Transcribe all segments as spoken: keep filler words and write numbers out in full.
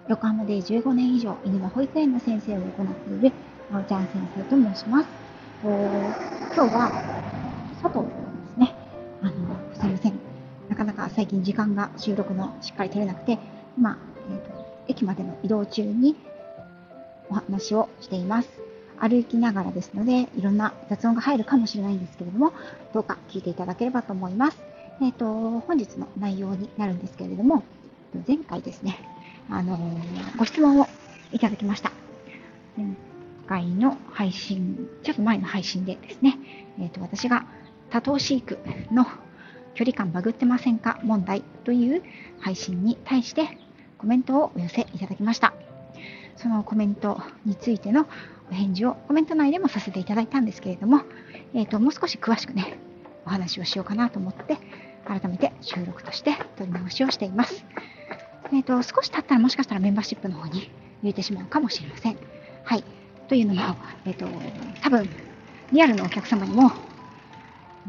横浜でじゅうごねん以上犬の保育園の先生を行っているまおちゃん先生と申します。今日は外ですね。あのすいません。なかなか最近時間が収録のしっかり取れなくて、今、えーと、駅までの移動中にお話をしています。歩きながらですので、いろんな雑音が入るかもしれないんですけれども、どうか聞いていただければと思います。えっ、ー、と、本日の内容になるんですけれども、前回ですね、あのー、ご質問をいただきました。前回の配信、ちょっと前の配信でですね、えっ、ー、と、私が多頭飼育の距離感バグってませんか問題という配信に対してコメントをお寄せいただきました。そのコメントについてのお返事をコメント内でもさせていただいたんですけれども、えっ、ー、と、もう少し詳しくね、お話をしようかなと思って、改めて収録として取り直しをしています。えっ、ー、と、少し経ったらもしかしたらメンバーシップの方に入れてしまうかもしれません。はい。というのも、えっ、ー、と、多分、リアルのお客様にも、うん、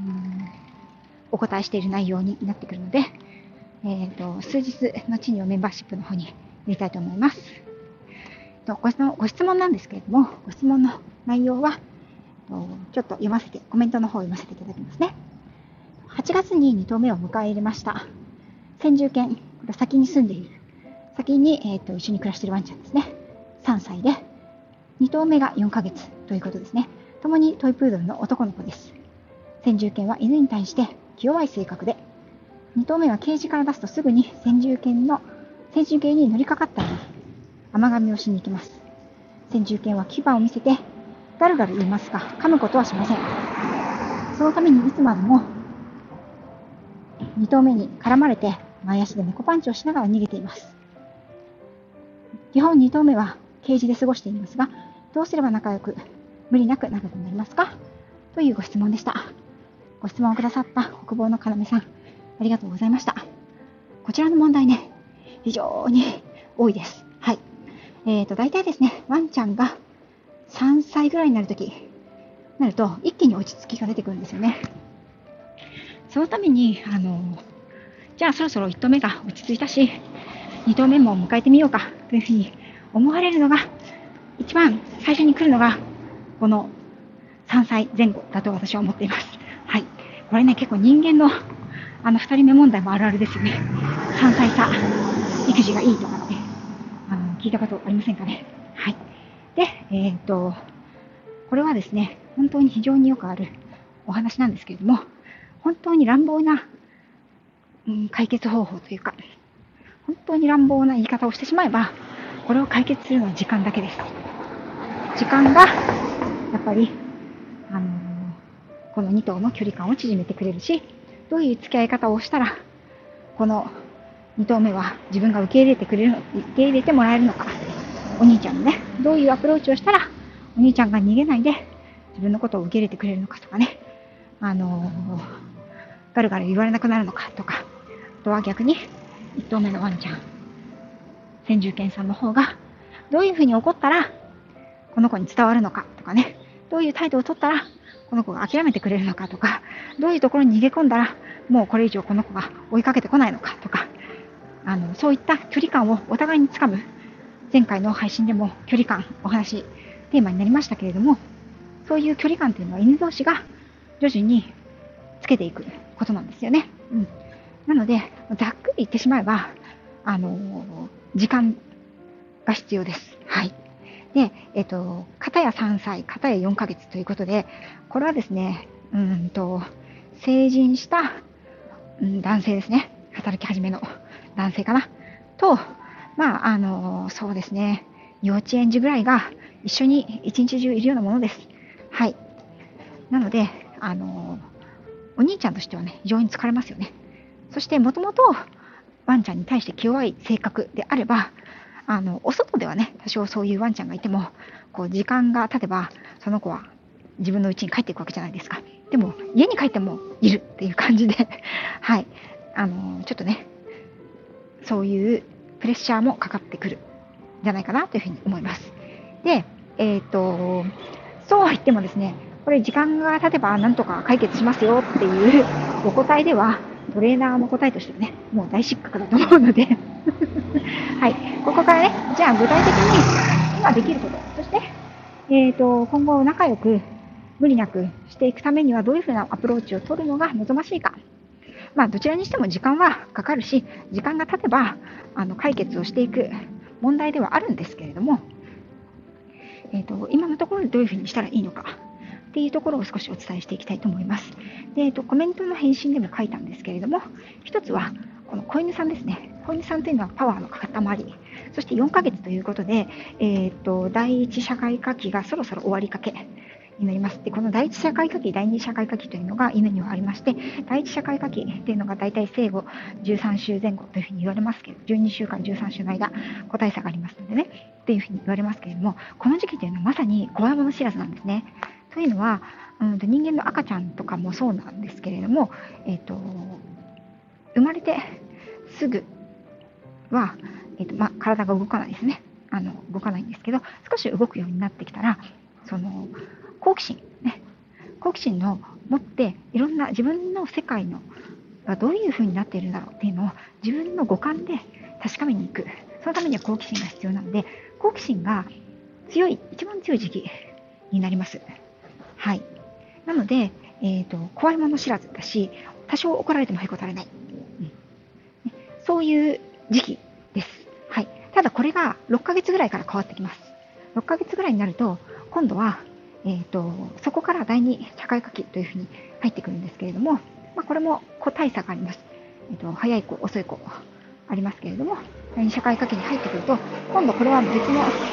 お答えしている内容になってくるので、えっ、と、数日後にはメンバーシップの方に入れたいと思います。ご質問、ご質問なんですけれども、ご質問の内容は、ちょっと読ませて、コメントの方を読ませていただきますね。はちがつにに頭目を迎え入れました。先住犬、これ先に住んでいる。先に、えー、と一緒に暮らしているワンちゃんですね。さんさいで、に頭目がよんかげつということですね。ともにトイプードルの男の子です。先住犬は犬に対して気弱い性格で、に頭目はケージから出すとすぐに先住犬の先住犬に乗りかかったり、甘噛みをしに行きます。先住犬は牙を見せてガルガル言いますが、噛むことはしません。そのためにいつまでもに頭目に絡まれて前足で猫パンチをしながら逃げています。基本に頭目はケージで過ごしていますが、どうすれば仲良く無理なく仲良くなりますかというご質問でした。ご質問をくださった国防の要さん、ありがとうございました。こちらの問題ね、非常に多いです。はい。えーと、大体ですね、ワンちゃんがさんさいぐらいになるとき、なると一気に落ち着きが出てくるんですよね。そのために、あの、じゃあそろそろいち頭目が落ち着いたし、に頭目も迎えてみようかというふうに思われるのが、一番最初に来るのが、このさんさいぜん後だと私は思っています。はい。これね、結構人間のあのふたりめ問題もあるあるですよね。さんさい差、育児がいいとかって、あの、聞いたことありませんかね。はい。で、えっと、これはですね、本当に非常によくあるお話なんですけれども、本当に乱暴な、うん、解決方法というか、本当に乱暴な言い方をしてしまえば、これを解決するのは時間だけです。時間が、やっぱり、あのー、このに頭の距離感を縮めてくれるし、どういう付き合い方をしたら、このに頭目は自分が受け入れてくれるの、受け入れてもらえるのか、お兄ちゃんにね、どういうアプローチをしたら、お兄ちゃんが逃げないで、自分のことを受け入れてくれるのかとかね、あのー、ガルガル言われなくなるのかとか、あとは逆に、いち頭目のワンちゃん、先住犬さんの方が、どういうふうに怒ったら、この子に伝わるのかとかね、どういう態度を取ったら、この子が諦めてくれるのかとか、どういうところに逃げ込んだら、もうこれ以上この子が追いかけてこないのかとか、あの、そういった距離感をお互いにつかむ、前回の配信でも距離感、お話、テーマになりましたけれども、そういう距離感というのは犬同士が徐々につけていくことなんですよね。うん。なので、ざっくり言ってしまえば、あのー、時間が必要です。はい。で、えっと、片やさんさい、片やよんかげつということで、これはですね、うんと、成人した、うん、男性ですね。働き始めの男性かな。と、まあ、あのー、そうですね、幼稚園児ぐらいが一緒に一日中いるようなものです。はい。なので、あのー、お兄ちゃんとしてはね、非常に疲れますよね。そして、もともと、ワンちゃんに対して気弱い性格であれば、あの、お外ではね、多少そういうワンちゃんがいても、こう、時間が経てば、その子は自分の家に帰っていくわけじゃないですか。でも、家に帰ってもいるっていう感じで、はい。あの、ちょっとね、そういうプレッシャーもかかってくるんじゃないかなというふうに思います。で、えっと、そうは言ってもですね、これ時間が経てばなんとか解決しますよっていうお答えでは、トレーナーの答えとしてはね、もう大失格だと思うので、 はい。ここからね、じゃあ具体的に今できること、そして、えっ、と、今後仲良く、無理なくしていくためにはどういうふうなアプローチを取るのが望ましいか。まあ、どちらにしても時間はかかるし、時間が経てば、あの、解決をしていく問題ではあるんですけれども、えっ、と、今のところでどういうふうにしたらいいのか。っていうところを少しお伝えしていきたいと思います。で、えっ、と、コメントの返信でも書いたんですけれども、一つは、この子犬さんですね。子犬さんというのはパワーの塊。そしてよんかげつということで、えっ、と、第一社会科期がそろそろ終わりかけになります。で、この第一社会科期、第二社会科期というのが犬にはありまして、第一社会科期というのが大体生後じゅうさん週前後というふうに言われますけど、じゅうにしゅうかん、じゅうさん週の間、個体差がありますのでね、っていうふうに言われますけれども、この時期というのはまさに怖いもの知らずなんですね。というのは、うん、人間の赤ちゃんとかもそうなんですけれども、えっ、と、生まれてすぐは、えっ、と、まあ、体が動かないですね。あの、動かないんですけど、少し動くようになってきたら、その、好奇心、ね、好奇心の持って、いろんな自分の世界のがどういう風になっているんだろうっていうのを自分の五感で確かめに行く。そのためには好奇心が必要なので、好奇心が強い、一番強い時期になります。はい。なので、えっ、と、怖いもの知らずだし、多少怒られてもへこたれない。うん、そういう時期です。はい。ただこれがろっかげつぐらいから変わってきます。ろっかげつぐらいになると、今度は、えっ、と、そこから第二社会科期というふうに入ってくるんですけれども、まあ、これも個体差があります。えっ、と、早い子、遅い子、ありますけれども、第二社会科期に入ってくると、今度これは別の言い方をする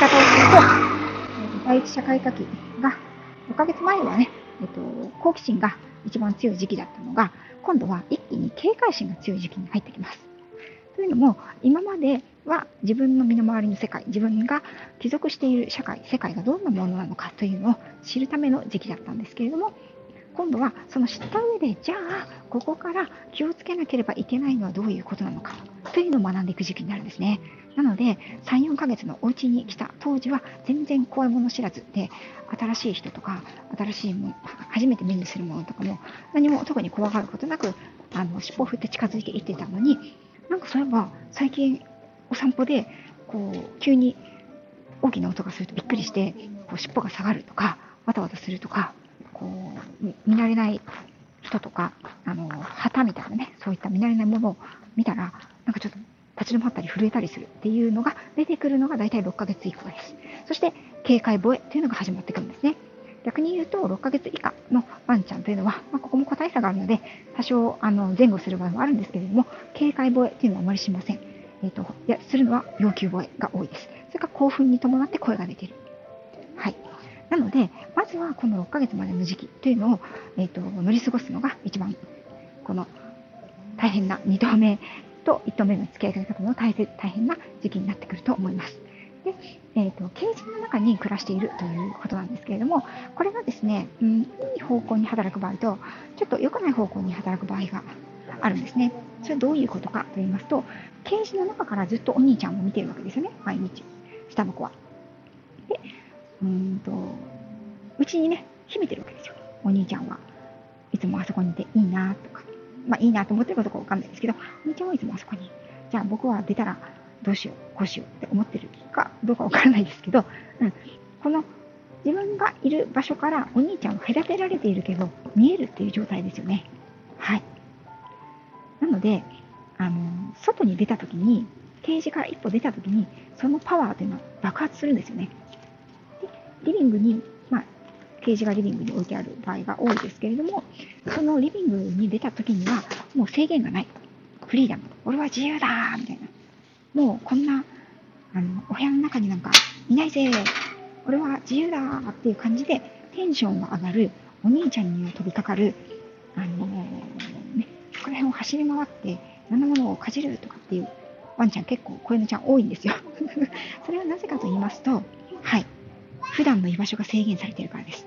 と、第一社会科期が、ろっかげつまえはね、えっと、好奇心が一番強い時期だったのが、今度は一気に警戒心が強い時期に入ってきます。というのも、今までは自分の身の回りの世界、自分が帰属している社会、世界がどんなものなのかというのを知るための時期だったんですけれども、今度はその知った上で、じゃあ、ここから気をつけなければいけないのはどういうことなのかというのを学んでいく時期になるんですね。なので、さん、よんかげつのお家に来た当時は全然怖いもの知らずで、新しい人とか、新しいもの、初めて目にするものとかも、何も特に怖がることなく、あの、尻尾を振って近づいていってたのに、なんかそういえば、最近お散歩で、こう、急に大きな音がするとびっくりして、こう尻尾が下がるとか、わたわたするとか、こう、見慣れない人とか、あの、旗みたいなね、そういった見慣れないものを見たら、なんかちょっと立ち止まったり震えたりするっていうのが出てくるのが大体ろっかげつ以降です。そして、警戒吠えというのが始まってくるんですね。逆に言うと、ろっかげつ以下のワンちゃんというのは、まあ、ここも個体差があるので、多少あの前後する場合もあるんですけれども、警戒吠えというのはあまりしません。えーと、いやするのは要求吠えが多いです。それから興奮に伴って声が出ている。はい。なので、まずはこのろっかげつまでの時期というのを、えーと、乗り過ごすのが一番、この大変なに頭目といっ頭目の付き合い方の大変な時期になってくると思います。で、えーと、ケージの中に暮らしているということなんですけれども、これがですね、うん、いい方向に働く場合と、ちょっと良くない方向に働く場合があるんですね。それはどういうことかと言いますと、ケージの中からずっとお兄ちゃんを見てるわけですよね、毎日、下の子は。で、うんと、うちにね、秘めてるわけですよ。お兄ちゃんはいつもあそこにいていいなとか、まあいいなと思ってることかわかんないですけど、お兄ちゃんはいつもあそこに。じゃあ僕は出たらどうしよう、こうしようって思ってるかどうかわからないですけど、うん、この自分がいる場所からお兄ちゃんは隔てられているけど、見えるっていう状態ですよね。はい。なので、あの、外に出た時に、ケージから一歩出た時に、そのパワーというのは爆発するんですよね。で、リビングに、まあ、ケージがリビングに置いてある場合が多いですけれども、そのリビングに出た時には、もう制限がない。フリーダム。俺は自由だーみたいな。もうこんな、あの、お部屋の中になんかいないぜ。俺は自由だーっていう感じで、テンションが上がる、お兄ちゃんに飛びかかる、あのー、ね、そこら辺を走り回って、いろんなものをかじるとかっていうワンちゃん結構、子犬ちゃん多いんですよ。それはなぜかと言いますと、はい。普段の居場所が制限されているからです。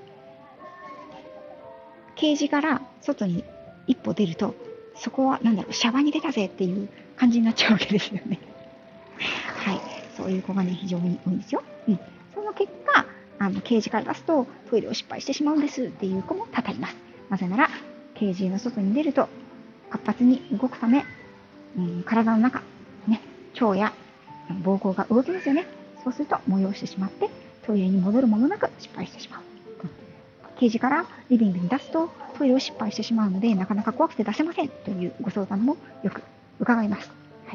ケージから外に一歩出ると、そこはなんだろう、シャバに出たぜっていう感じになっちゃうわけですよね。はい。そういう子がね、非常に多いんですよ。うん。その結果、あの、ケージから出すとトイレを失敗してしまうんですっていう子も多々います。なぜなら、ケージの外に出ると活発に動くため、うん、体の中、ね、 腸や膀胱が動きますよね。そうすると催してしまって、トイレに戻る間もなく失敗してしまう。ケージからリビングに出すとトイレを失敗してしまうので、なかなか怖くて出せませんというご相談もよく伺います。はい。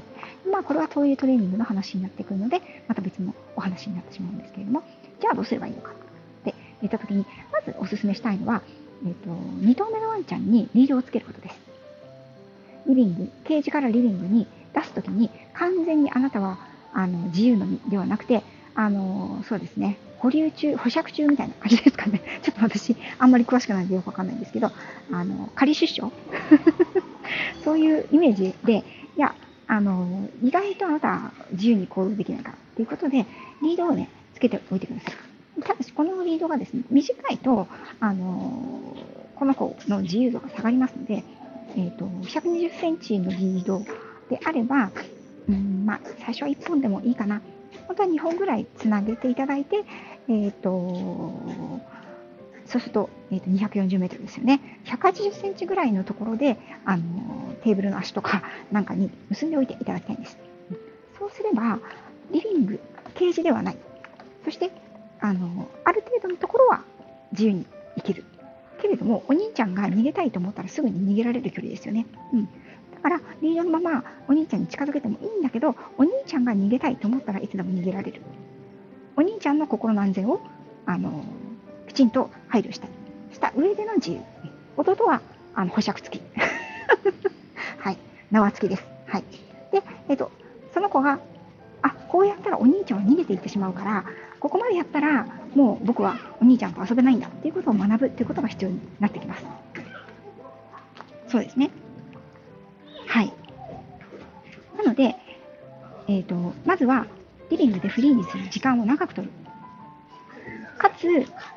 まあ、これはトイレトレーニングの話になってくるので、また別のお話になってしまうんですけれども、じゃあどうすればいいのかって言ったときに、まずお勧めしたいのは、えっと、に頭目のワンちゃんにリードをつけることです。リビング、ケージからリビングに出すときに、完全にあなたはあの自由の身ではなくて、あのそうですね、保留中、保釈中みたいな感じですかね。ちょっと私、あんまり詳しくないんでよくわかんないんですけど、あの仮出所そういうイメージで、いや、あの意外とあなたは自由に行動できないからということで、リードをね、つけておいてください。ただし、このリードがですね、短いと、あのこの子の自由度が下がりますので、えっと、ひゃくにじゅっセンチのリードであれば、うんまあ、最初はいっぽんでもいいかな。本当はにほんぐらいつなげていただいて、えっと、そうすると、えー、とにひゃくよんじゅうメートルですよね。ひゃくはちじゅっセンチぐらいのところで、あのテーブルの足とかなんかに結んでおいていただきたいんです。そうすれば、リビング、ケージではない。そして、あのある程度のところは自由に生きる。けれども、お兄ちゃんが逃げたいと思ったらすぐに逃げられる距離ですよね。うん。だから、リードのままお兄ちゃんに近づけてもいいんだけど、お兄ちゃんが逃げたいと思ったらいつでも逃げられる。お兄ちゃんの心の安全を、あの、きちんと配慮したい。した上での自由。弟は、あの、保釈付き。はい。縄付きです。はい。で、えっと、その子が、あ、こうやったらお兄ちゃんは逃げていってしまうから、ここまでやったら、もう僕はお兄ちゃんと遊べないんだっていうことを学ぶっていうことが必要になってきます。そうですね。はい。なので、えっと、まずは、リビングでフリーにする時間を長くとる。かつ、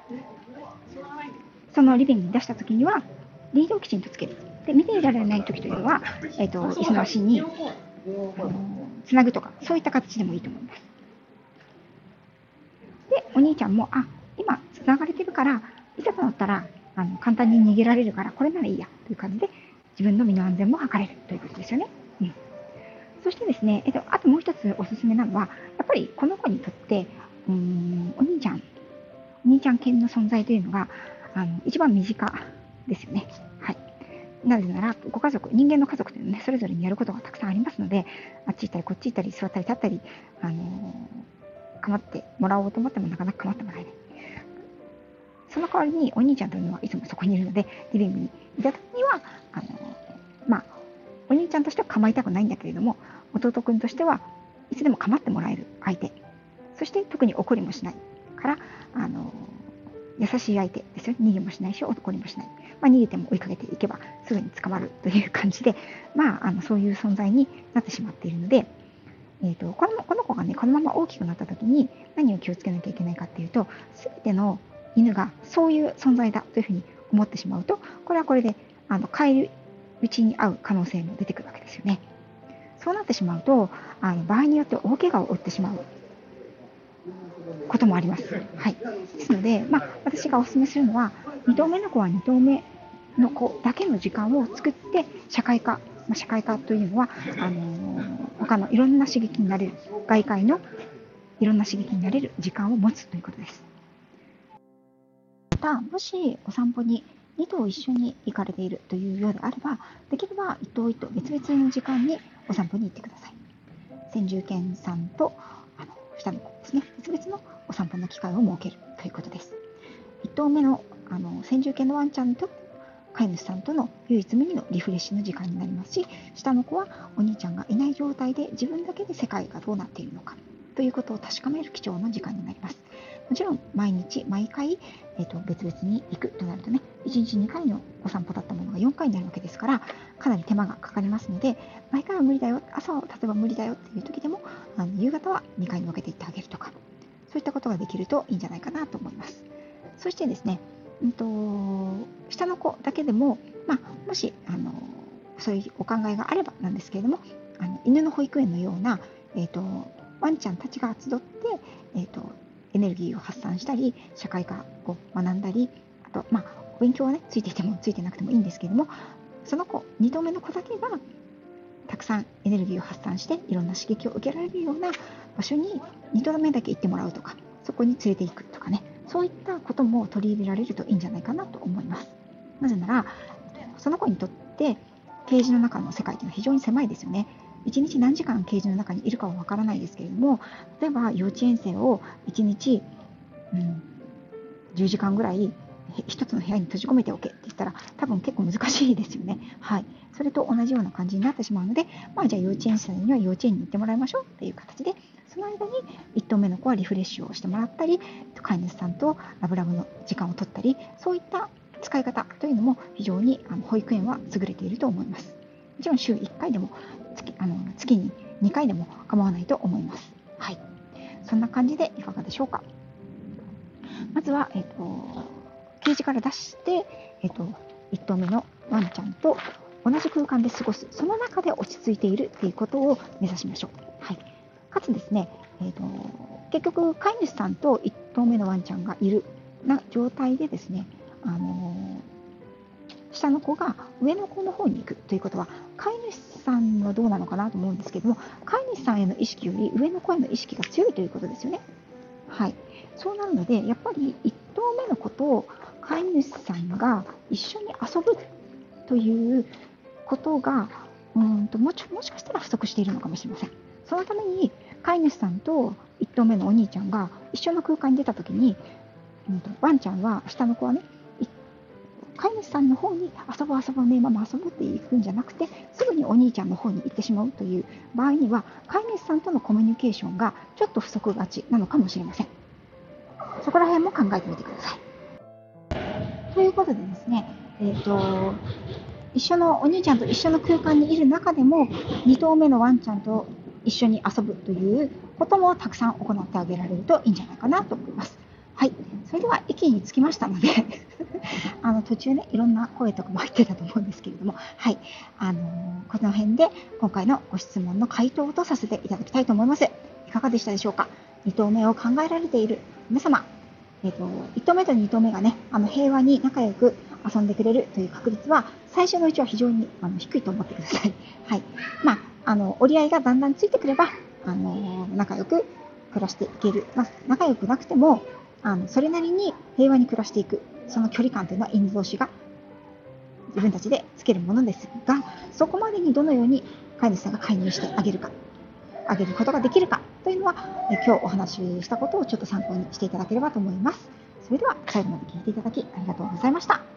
そのリビングに出したときには、リードをきちんとつける。で、見ていられないときというのは、えっと、椅子の足に、つなぐとか、そういった形でもいいと思います。で、お兄ちゃんも、あ、今、つながれてるから、いざとなったら、あの簡単に逃げられるから、これならいいや、という感じで、自分の身の安全も図れるということですよね。うん。そしてですね、えっと、あともう一つおすすめなのは、やっぱりこの子にとって、うーん、お兄ちゃん、お兄ちゃん犬の存在というのが、あの一番身近ですよね。はい。なぜなら、ご家族、人間の家族というのはね、それぞれにやることがたくさんありますので、あっち行ったりこっち行ったり、座ったり立ったり、あのー、構ってもらおうと思ってもなかなか構ってもらえない。その代わりにお兄ちゃんというのはいつもそこにいるので、リビングにいた時には、あのー、まあ、お兄ちゃんとしては構いたくないんだけれども、弟くんとしてはいつでも構ってもらえる相手。そして特に怒りもしないから、あの優しい相手ですよ。逃げもしないし、怒りもしない。まあ、逃げても追いかけていけばすぐに捕まるという感じで、まあ、あのそういう存在になってしまっているので、えーと、このこの子がね、このまま大きくなった時に何を気をつけなきゃいけないかっていうと、すべての犬がそういう存在だというふうに思ってしまうと、これはこれであの返り討ちに遭う可能性も出てくるわけですよね。そうなってしまうと、あの場合によって大怪我を負ってしまうこともあります。はい。ですので、まあ、私がお勧めするのは、に頭目の子はに頭目の子だけの時間を作って社会科、まあ、社会科というのはあのー、他のいろんな刺激になれる、外界のいろんな刺激になれる時間を持つということです。また、もしお散歩にに頭一緒に行かれているというようであれば、できればいっ頭いっ頭別々の時間にお散歩に行ってください。先住犬さんとあの下の子ですね、別々のお散歩の機会を設けるということです。いっ頭目のあの先住犬のワンちゃんと飼い主さんとの唯一無二のリフレッシュの時間になりますし、下の子はお兄ちゃんがいない状態で自分だけで世界がどうなっているのかということを確かめる貴重な時間になります。もちろん毎日毎回、えー、と別々に行くとなるとね、いちにちにかいのお散歩だったものがよんかいになるわけですから、かなり手間がかかりますので、毎回は無理だよ、朝は例えば無理だよっていう時でも、あの夕方はにかいに分けていってあげるとか、そういったことができるといいんじゃないかなと思います。そしてですね、うんと下の子だけでも、まあ、もしあのそういうお考えがあればなんですけれども、あの犬の保育園のような、えーと、ワンちゃんたちが集って、えーと、エネルギーを発散したり、社会科を学んだり、あと、まあ、お勉強はね、ついていてもついてなくてもいいんですけれども、その子、に頭目の子だけがたくさんエネルギーを発散していろんな刺激を受けられるような場所ににどめだけ行ってもらうとか、そこに連れて行くとかね、そういったことも取り入れられるといいんじゃないかなと思います。なぜならその子にとってケージの中の世界というのは非常に狭いですよね。いちにち何時間ケージの中にいるかはわからないですけれども、例えば幼稚園生をいちにち、うん、じゅうじかんぐらい一つの部屋に閉じ込めておけって言ったら多分結構難しいですよね。はい。それと同じような感じになってしまうので、まあじゃあ幼稚園生には幼稚園に行ってもらいましょうっていう形で、その間にいっ頭目の子はリフレッシュをしてもらったり、飼い主さんとラブラブの時間を取ったり、そういった使い方というのも非常にあの保育園は優れていると思います。もちろん週いっかいでも 月, あの月ににかいでも構わないと思います。はい。そんな感じでいかがでしょうか。まずは、えっと、ケージから出して、えっと、いっ頭目のワンちゃんと同じ空間で過ごす、その中で落ち着いているということを目指しましょう。はい。かつですね、えっと、結局、飼い主さんといっ頭目のワンちゃんがいるな状態でですね、あの下の子が上の子の方に行くということは、飼い主さんはどうなのかなと思うんですけども、飼い主さんへの意識より上の子への意識が強いということですよね。はい。そうなるので、やっぱりいっ頭目の子と飼い主さんが一緒に遊ぶということが、うんともしもしかしたら不足しているのかもしれません。そのために飼い主さんといっ頭目のお兄ちゃんが一緒の空間に出たときに、うんとワンちゃんは、下の子はね、飼い主さんの方に遊ぼう遊ぼうね、ママ遊ぼうって行くんじゃなくて、すぐにお兄ちゃんの方に行ってしまうという場合には、飼い主さんとのコミュニケーションがちょっと不足がちなのかもしれません。そこら辺も考えてみてください。ということでですね、えーと、一緒のお兄ちゃんと一緒の空間にいる中でも、に頭目のワンちゃんと一緒に遊ぶということもたくさん行ってあげられるといいんじゃないかなと思います。はい、それでは息につきましたのであの途中ね、いろんな声とかも入ってたと思うんですけれども、はい、あのー、この辺で今回のご質問の回答とさせていただきたいと思います。いかがでしたでしょうか。に頭目を考えられている皆様、えーと、いっ頭目とに頭目がね、あの平和に仲良く遊んでくれるという確率は最初のうちは非常にあの低いと思ってください。はい。まあ、あの折り合いがだんだんついてくれば、あのー、仲良く暮らしていける。まあ、仲良くなくても、あのそれなりに平和に暮らしていく、その距離感というのは犬同士が自分たちでつけるものですが、そこまでにどのように飼い主さんが介入してあげるか、あげることができるかというのは、え今日お話ししたことをちょっと参考にしていただければと思います。それでは最後まで聞いていただきありがとうございました。